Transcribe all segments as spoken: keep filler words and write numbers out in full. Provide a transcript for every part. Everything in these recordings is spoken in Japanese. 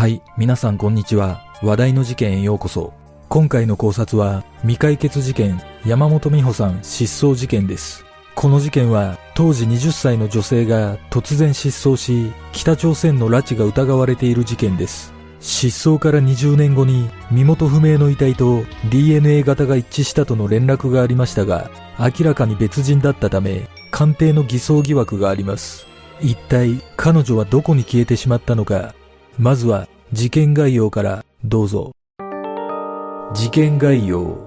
はい、皆さんこんにちは。話題の事件へようこそ。今回の考察は未解決事件、山本美穂さん失踪事件です。この事件は当時はたちの女性が突然失踪し、北朝鮮の拉致が疑われている事件です。失踪からにじゅうねんごに身元不明の遺体と ディーエヌエー 型が一致したとの連絡がありましたが、明らかに別人だったため鑑定の偽装疑惑があります。一体彼女はどこに消えてしまったのか。まずは事件概要からどうぞ。事件概要。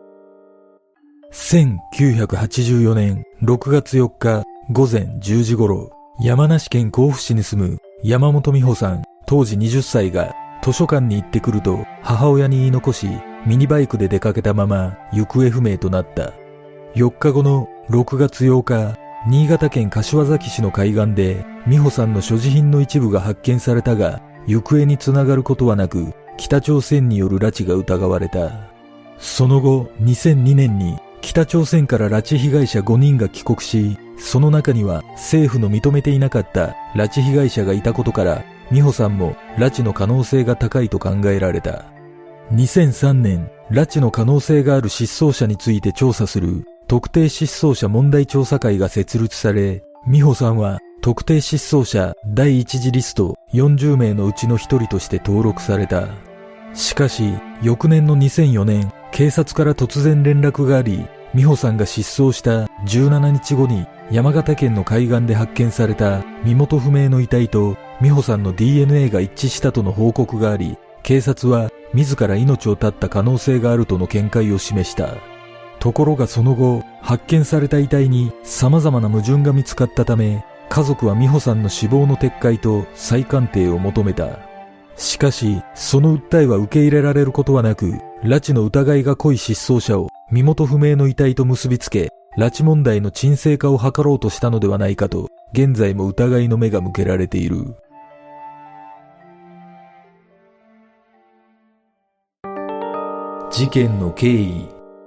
せんきゅうひゃくはちじゅうよねんろくがつよっかごぜんじゅうじ頃、山梨県甲府市に住む山本美穂さん当時はたちが図書館に行ってくると母親に言い残し、ミニバイクで出かけたまま行方不明となった。よっかごのろくがつようか、新潟県柏崎市の海岸で美穂さんの所持品の一部が発見されたが、行方につながることはなく、北朝鮮による拉致が疑われた。その後にせんにねんに北朝鮮から拉致被害者ごにんが帰国し、その中には政府の認めていなかった拉致被害者がいたことから、美穂さんも拉致の可能性が高いと考えられた。にせんさんねん、拉致の可能性がある失踪者について調査する特定失踪者問題調査会が設立され、美穂さんは特定失踪者だいいち次リストよんじゅうめいのうちの一人として登録された。しかし、翌年のにせんよねん、警察から突然連絡があり、美穂さんが失踪したじゅうしちにちごに山形県の海岸で発見された身元不明の遺体と美穂さんの ディーエヌエー が一致したとの報告があり、警察は自ら命を絶った可能性があるとの見解を示した。ところがその後、発見された遺体に様々な矛盾が見つかったため、家族は美穂さんの死亡の撤回と再鑑定を求めた。しかし、その訴えは受け入れられることはなく、拉致の疑いが濃い失踪者を身元不明の遺体と結びつけ、拉致問題の沈静化を図ろうとしたのではないかと、現在も疑いの目が向けられている。事件の経緯。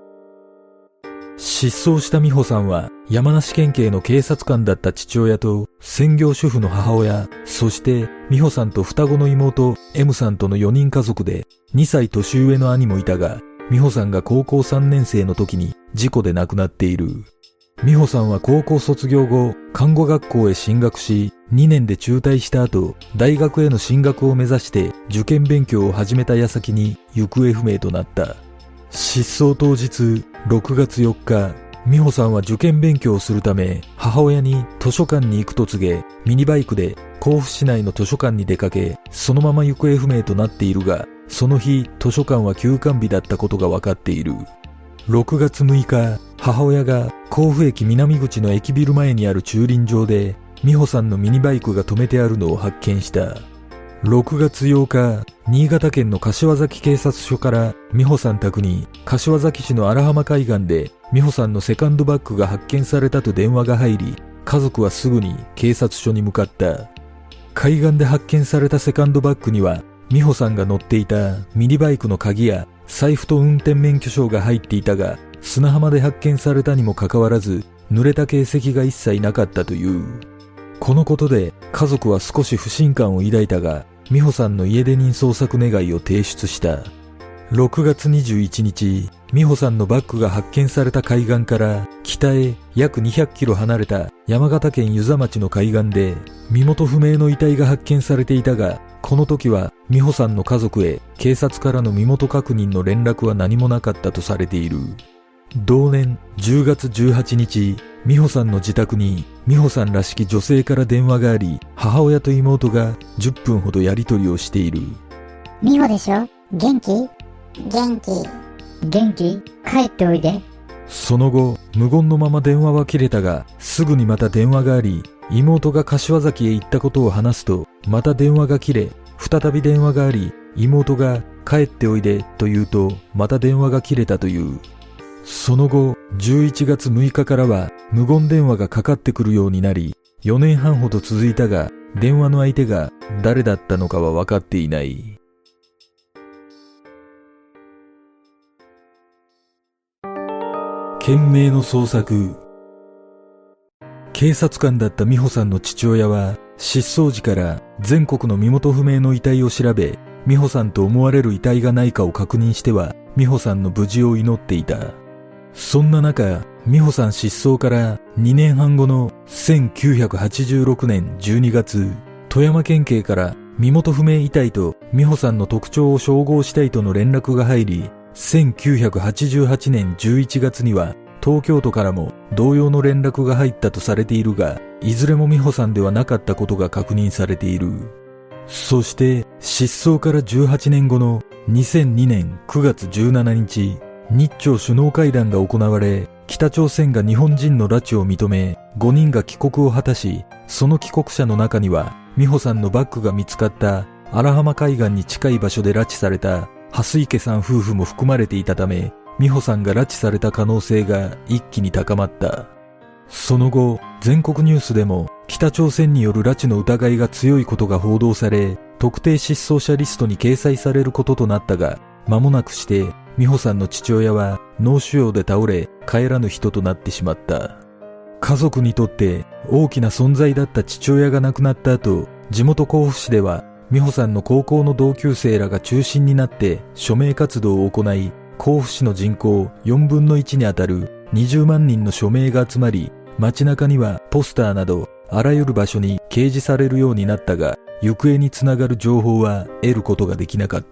失踪した美穂さんは山梨県警の警察官だった父親と専業主婦の母親、そして美穂さんと双子の妹 M さんとのよにん家族で、にさい年上の兄もいたが、美穂さんが高校さんねんせいの時に事故で亡くなっている。美穂さんは高校卒業後、看護学校へ進学し、にねんで中退した後、大学への進学を目指して受験勉強を始めた矢先に行方不明となった。失踪当日、ろくがつよっか、美穂さんは受験勉強をするため、母親に図書館に行くと告げ、ミニバイクで甲府市内の図書館に出かけ、そのまま行方不明となっているが、その日、図書館は休館日だったことが分かっている。ろくがつむいか、母親が甲府駅南口の駅ビル前にある駐輪場で、美穂さんのミニバイクが止めてあるのを発見した。ろくがつようか、新潟県の柏崎警察署から美穂さん宅に柏崎市の荒浜海岸で美穂さんのセカンドバッグが発見されたと電話が入り、家族はすぐに警察署に向かった。海岸で発見されたセカンドバッグには美穂さんが乗っていたミニバイクの鍵や財布と運転免許証が入っていたが、砂浜で発見されたにもかかわらず濡れた形跡が一切なかったという。このことで家族は少し不信感を抱いたが、美穂さんの家出人捜索願いを提出した。ろくがつにじゅういちにち、美穂さんのバッグが発見された海岸から北へ約にひゃくキロ離れた山形県遊佐町の海岸で身元不明の遺体が発見されていたが、この時は美穂さんの家族へ警察からの身元確認の連絡は何もなかったとされている。同年じゅうがつじゅうはちにち、美穂さんの自宅に美穂さんらしき女性から電話があり、母親と妹がじゅっぷんほどやり取りをしている。 美穂でしょ？元気？元気。元気？帰っておいで。 その後、無言のまま電話は切れたが、すぐにまた電話があり、妹が柏崎へ行ったことを話すと、また電話が切れ、再び電話があり、妹が帰っておいでと言うと、また電話が切れたという。その後、じゅういちがつむいかからは無言電話がかかってくるようになり、よねんはんほど続いたが、電話の相手が誰だったのかは分かっていない。懸命の捜索。警察官だった美穂さんの父親は失踪時から全国の身元不明の遺体を調べ、美穂さんと思われる遺体がないかを確認しては、美穂さんの無事を祈っていた。そんな中、美穂さん失踪からにねんはん後のせんきゅうひゃくはちじゅうろくねんじゅうにがつ、富山県警から身元不明遺体と美穂さんの特徴を照合したいとの連絡が入り、せんきゅうひゃくはちじゅうはちねんじゅういちがつには東京都からも同様の連絡が入ったとされているが、いずれも美穂さんではなかったことが確認されている。そして失踪からじゅうはちねんごのにせんにねんくがつじゅうしちにち、日朝首脳会談が行われ、北朝鮮が日本人の拉致を認め、ごにんが帰国を果たし、その帰国者の中には美穂さんのバッグが見つかった荒浜海岸に近い場所で拉致された蓮池さん夫婦も含まれていたため、美穂さんが拉致された可能性が一気に高まった。その後、全国ニュースでも北朝鮮による拉致の疑いが強いことが報道され、特定失踪者リストに掲載されることとなったが、間もなくして美穂さんの父親は脳腫瘍で倒れ、帰らぬ人となってしまった。家族にとって大きな存在だった父親が亡くなった後、地元甲府市では美穂さんの高校の同級生らが中心になって署名活動を行い、甲府市の人口よんぶんのいちにあたるにじゅうまんにんの署名が集まり、街中にはポスターなどあらゆる場所に掲示されるようになったが、行方につながる情報は得ることができなかった。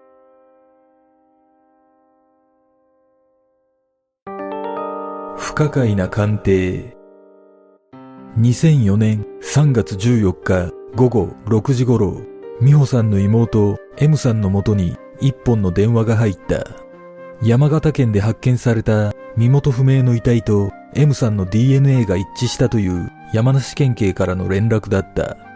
不可解な鑑定。にせんよねんさんがつじゅうよっかごごろくじ頃、美穂さんの妹 M さんのもとに一本の電話が入った。山形県で発見された身元不明の遺体と M さんの ディーエヌエー が一致したという山梨県警からの連絡だった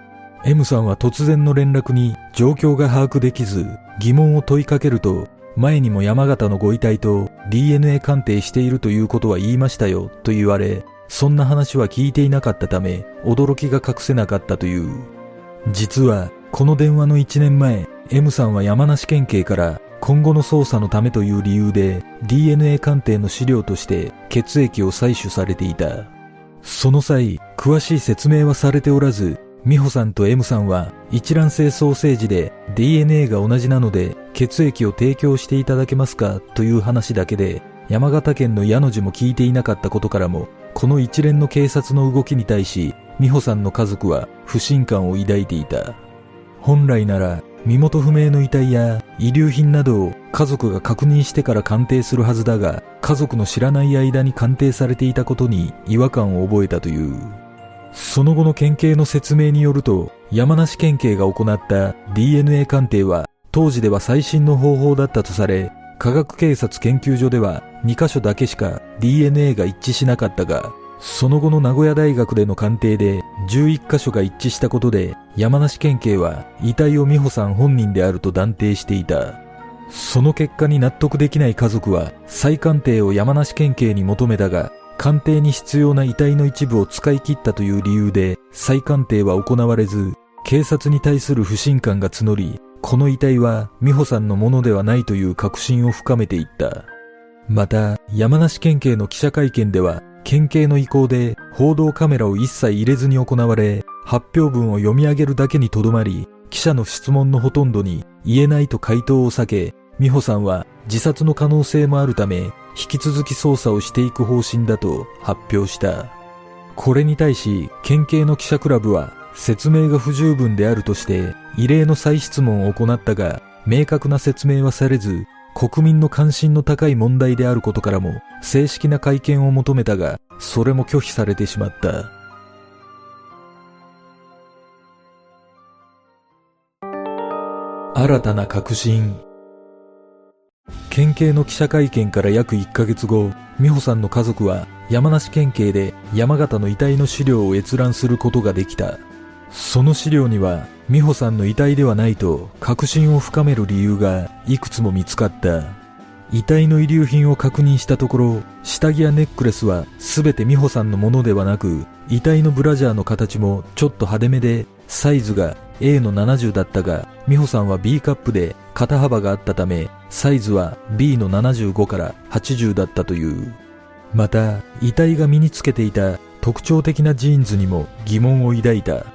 。M さんは突然の連絡に状況が把握できず、疑問を問いかけると、前にも山形のご遺体と ディーエヌエー 鑑定しているということは言いましたよと言われ、そんな話は聞いていなかったため驚きが隠せなかったという。実はこの電話のいちねんまえ、M さんは山梨県警から今後の捜査のためという理由で ディーエヌエー 鑑定の資料として血液を採取されていた。その際、詳しい説明はされておらず、美穂さんと M さんは一卵性双生児で ディーエヌエー が同じなので血液を提供していただけますかという話だけで、山形県の矢の字も聞いていなかったことからも、この一連の警察の動きに対し美穂さんの家族は不信感を抱いていた。本来なら身元不明の遺体や遺留品などを家族が確認してから鑑定するはずだが、家族の知らない間に鑑定されていたことに違和感を覚えたという。その後の県警の説明によると、山梨県警が行った ディーエヌエー 鑑定は当時では最新の方法だったとされ、科学警察研究所ではにかしょだけしか ディーエヌエー が一致しなかったが、その後の名古屋大学での鑑定でじゅういっかしょが一致したことで、山梨県警は遺体を美穂さん本人であると断定していた。その結果に納得できない家族は再鑑定を山梨県警に求めたが、鑑定に必要な遺体の一部を使い切ったという理由で再鑑定は行われず、警察に対する不信感が募り、この遺体は美穂さんのものではないという確信を深めていった。また、山梨県警の記者会見では、県警の意向で報道カメラを一切入れずに行われ、発表文を読み上げるだけにとどまり、記者の質問のほとんどに言えないと回答を避け、美穂さんは自殺の可能性もあるため、引き続き捜査をしていく方針だと発表した。これに対し、県警の記者クラブは説明が不十分であるとして異例の再質問を行ったが、明確な説明はされず、国民の関心の高い問題であることからも正式な会見を求めたが、それも拒否されてしまった。新たな確信。県警の記者会見から約いっかげつご、美穂さんの家族は山梨県警で山形の遺体の資料を閲覧することができた。その資料には美穂さんの遺体ではないと確信を深める理由がいくつも見つかった。遺体の遺留品を確認したところ、下着やネックレスはすべて美穂さんのものではなく、遺体のブラジャーの形もちょっと派手めで、サイズが エー のななじゅうだったが、美穂さんは B カップで肩幅があったため、サイズは ビー のななじゅうごからはちじゅうだったという。また、遺体が身につけていた特徴的なジーンズにも疑問を抱いた。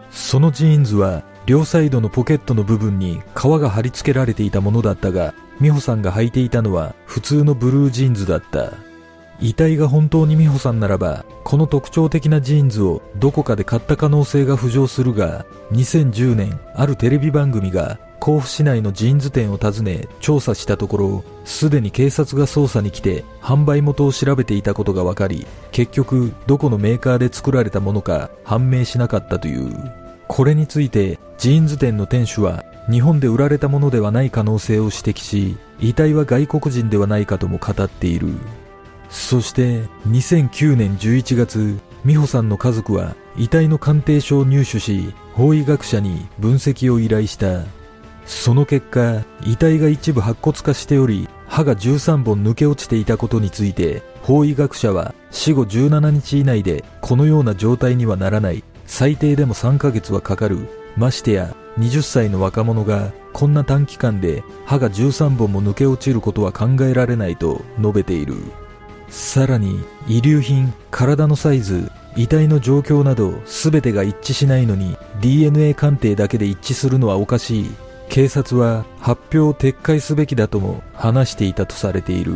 そのジーンズは両サイドのポケットの部分に革が貼り付けられていたものだったが、美穂さんが履いていたのは普通のブルージーンズだった。遺体が本当に美穂さんならば、この特徴的なジーンズをどこかで買った可能性が浮上するが、にせんじゅうねんあるテレビ番組が甲府市内のジーンズ店を訪ね調査したところ、すでに警察が捜査に来て販売元を調べていたことが分かり、結局どこのメーカーで作られたものか判明しなかったという。これについてジーンズ店の店主は、日本で売られたものではない可能性を指摘し、遺体は外国人ではないかとも語っている。そしてにせんきゅうねんじゅういちがつ、美穂さんの家族は遺体の鑑定書を入手し、法医学者に分析を依頼した。その結果、遺体が一部白骨化しており、歯がじゅうさんぼん抜け落ちていたことについて、法医学者は死後じゅうななにち以内でこのような状態にはならない、最低でもさんかげつはかかる、ましてやはたちの若者がこんな短期間で歯がじゅうさんぼんも抜け落ちることは考えられないと述べている。さらに遺留品、体のサイズ、遺体の状況など全てが一致しないのに ディーエヌエー 鑑定だけで一致するのはおかしい。警察は発表を撤回すべきだとも話していたとされている。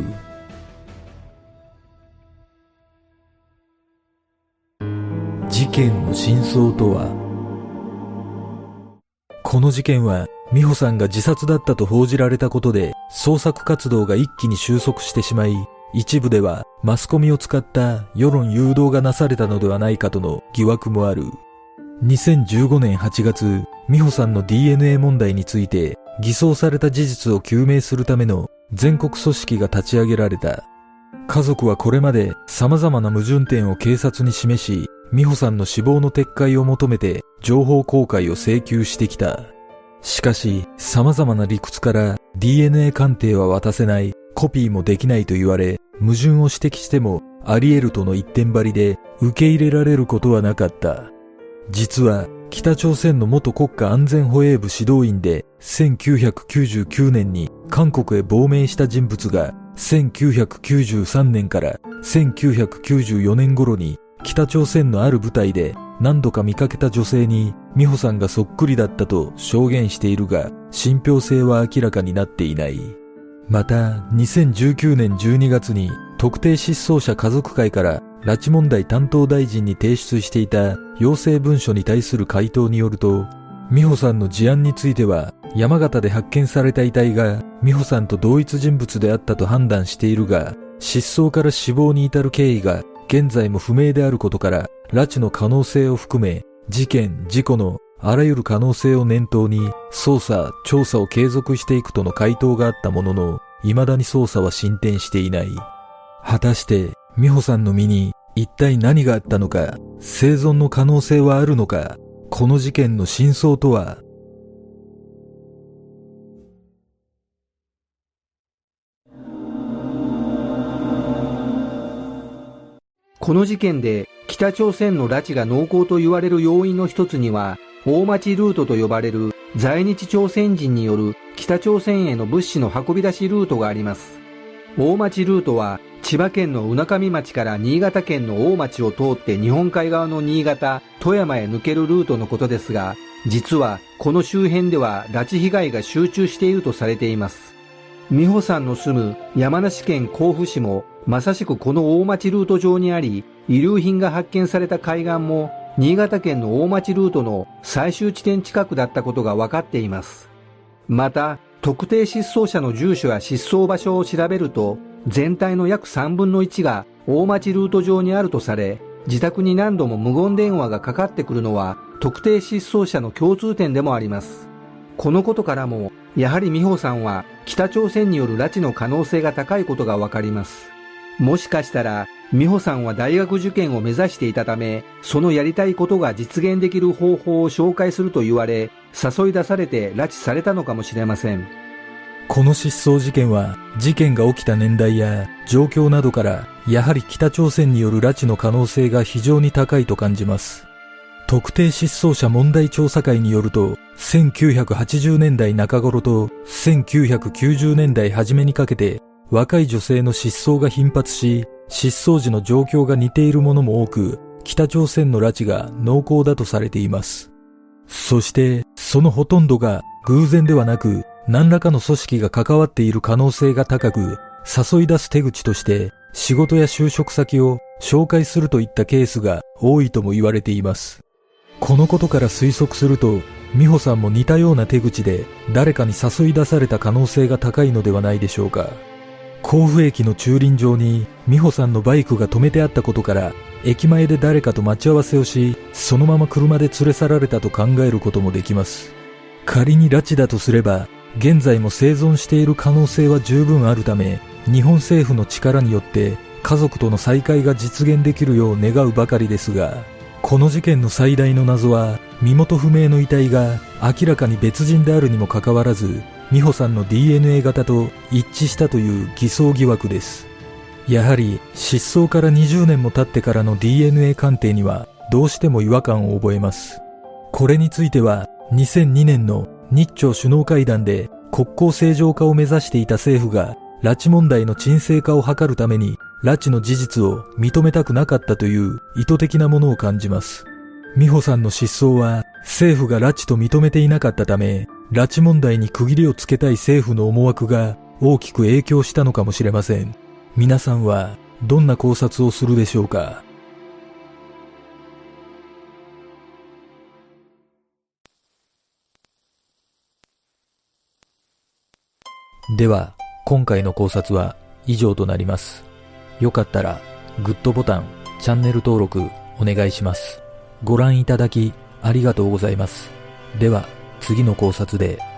事件の真相とは。この事件は美穂さんが自殺だったと報じられたことで、捜索活動が一気に収束してしまい、一部ではマスコミを使った世論誘導がなされたのではないかとの疑惑もある。にせんじゅうごねんはちがつ、美穂さんの ディーエヌエー 問題について偽装された事実を究明するための全国組織が立ち上げられた。家族はこれまで様々な矛盾点を警察に示し、美穂さんの死亡の撤回を求めて情報公開を請求してきた。しかし様々な理屈から ディーエヌエー 鑑定は渡せない、コピーもできないと言われ、矛盾を指摘してもあり得るとの一点張りで受け入れられることはなかった。実は北朝鮮の元国家安全保衛部指導員でせんきゅうひゃくきゅうじゅうきゅうねんに韓国へ亡命した人物がせんきゅうひゃくきゅうじゅうさんねんからせんきゅうひゃくきゅうじゅうよねん頃に北朝鮮のある部隊で何度か見かけた女性に美穂さんがそっくりだったと証言しているが、信憑性は明らかになっていない。またにせんじゅうきゅうねんじゅうにがつに特定失踪者家族会から拉致問題担当大臣に提出していた要請文書に対する回答によると、美穂さんの事案については山形で発見された遺体が美穂さんと同一人物であったと判断しているが、失踪から死亡に至る経緯が現在も不明であることから拉致の可能性を含め、事件・事故のあらゆる可能性を念頭に捜査・調査を継続していくとの回答があったものの、未だに捜査は進展していない。果たして美穂さんの身に一体何があったのか、生存の可能性はあるのか、この事件の真相とは。 この事件で北朝鮮の拉致が濃厚と言われる要因の一つには、大町ルートと呼ばれる在日朝鮮人による北朝鮮への物資の運び出しルートがあります。大町ルートは千葉県の宇那上町から新潟県の大町を通って日本海側の新潟、富山へ抜けるルートのことですが、実はこの周辺では拉致被害が集中しているとされています。美穂さんの住む山梨県甲府市もまさしくこの大町ルート上にあり、遺留品が発見された海岸も新潟県の大町ルートの最終地点近くだったことが分かっています。また、特定失踪者の住所や失踪場所を調べると、全体の約さんぶんのいちが大町ルート上にあるとされ、自宅に何度も無言電話がかかってくるのは特定失踪者の共通点でもあります。このことからも、やはり美穂さんは北朝鮮による拉致の可能性が高いことがわかります。もしかしたら、美穂さんは大学受験を目指していたため、そのやりたいことが実現できる方法を紹介すると言われ、誘い出されて拉致されたのかもしれません。 この失踪事件は、事件が起きた年代や状況などから、やはり北朝鮮による拉致の可能性が非常に高いと感じます。特定失踪者問題調査会によると、せんきゅうひゃくはちじゅうねんだいなか頃とせんきゅうひゃくきゅうじゅうねんだい初めにかけて、若い女性の失踪が頻発し、失踪時の状況が似ているものも多く、北朝鮮の拉致が濃厚だとされています。 そして、そのほとんどが偶然ではなく、何らかの組織が関わっている可能性が高く、誘い出す手口として、仕事や就職先を紹介するといったケースが多いとも言われています。このことから推測すると、美穂さんも似たような手口で誰かに誘い出された可能性が高いのではないでしょうか。甲府駅の駐輪場に美穂さんのバイクが止めてあったことから、駅前で誰かと待ち合わせをし、そのまま車で連れ去られたと考えることもできます。仮に拉致だとすれば、現在も生存している可能性は十分あるため、日本政府の力によって家族との再会が実現できるよう願うばかりですが、この事件の最大の謎は、身元不明の遺体が明らかに別人であるにもかかわらず、美穂さんの ディーエヌエー 型と一致したという偽装疑惑です。やはり失踪からにじゅうねんも経ってからの ディーエヌエー 鑑定にはどうしても違和感を覚えます。これについてはにせんにねんの日朝首脳会談で国交正常化を目指していた政府が拉致問題の沈静化を図るために拉致の事実を認めたくなかったという意図的なものを感じます。美穂さんの失踪は政府が拉致と認めていなかったため、拉致問題に区切りをつけたい政府の思惑が大きく影響したのかもしれません。皆さんはどんな考察をするでしょうか。では、今回の考察は以上となります。よかったらグッドボタン、チャンネル登録お願いします。ご覧いただきありがとうございます。では次の考察で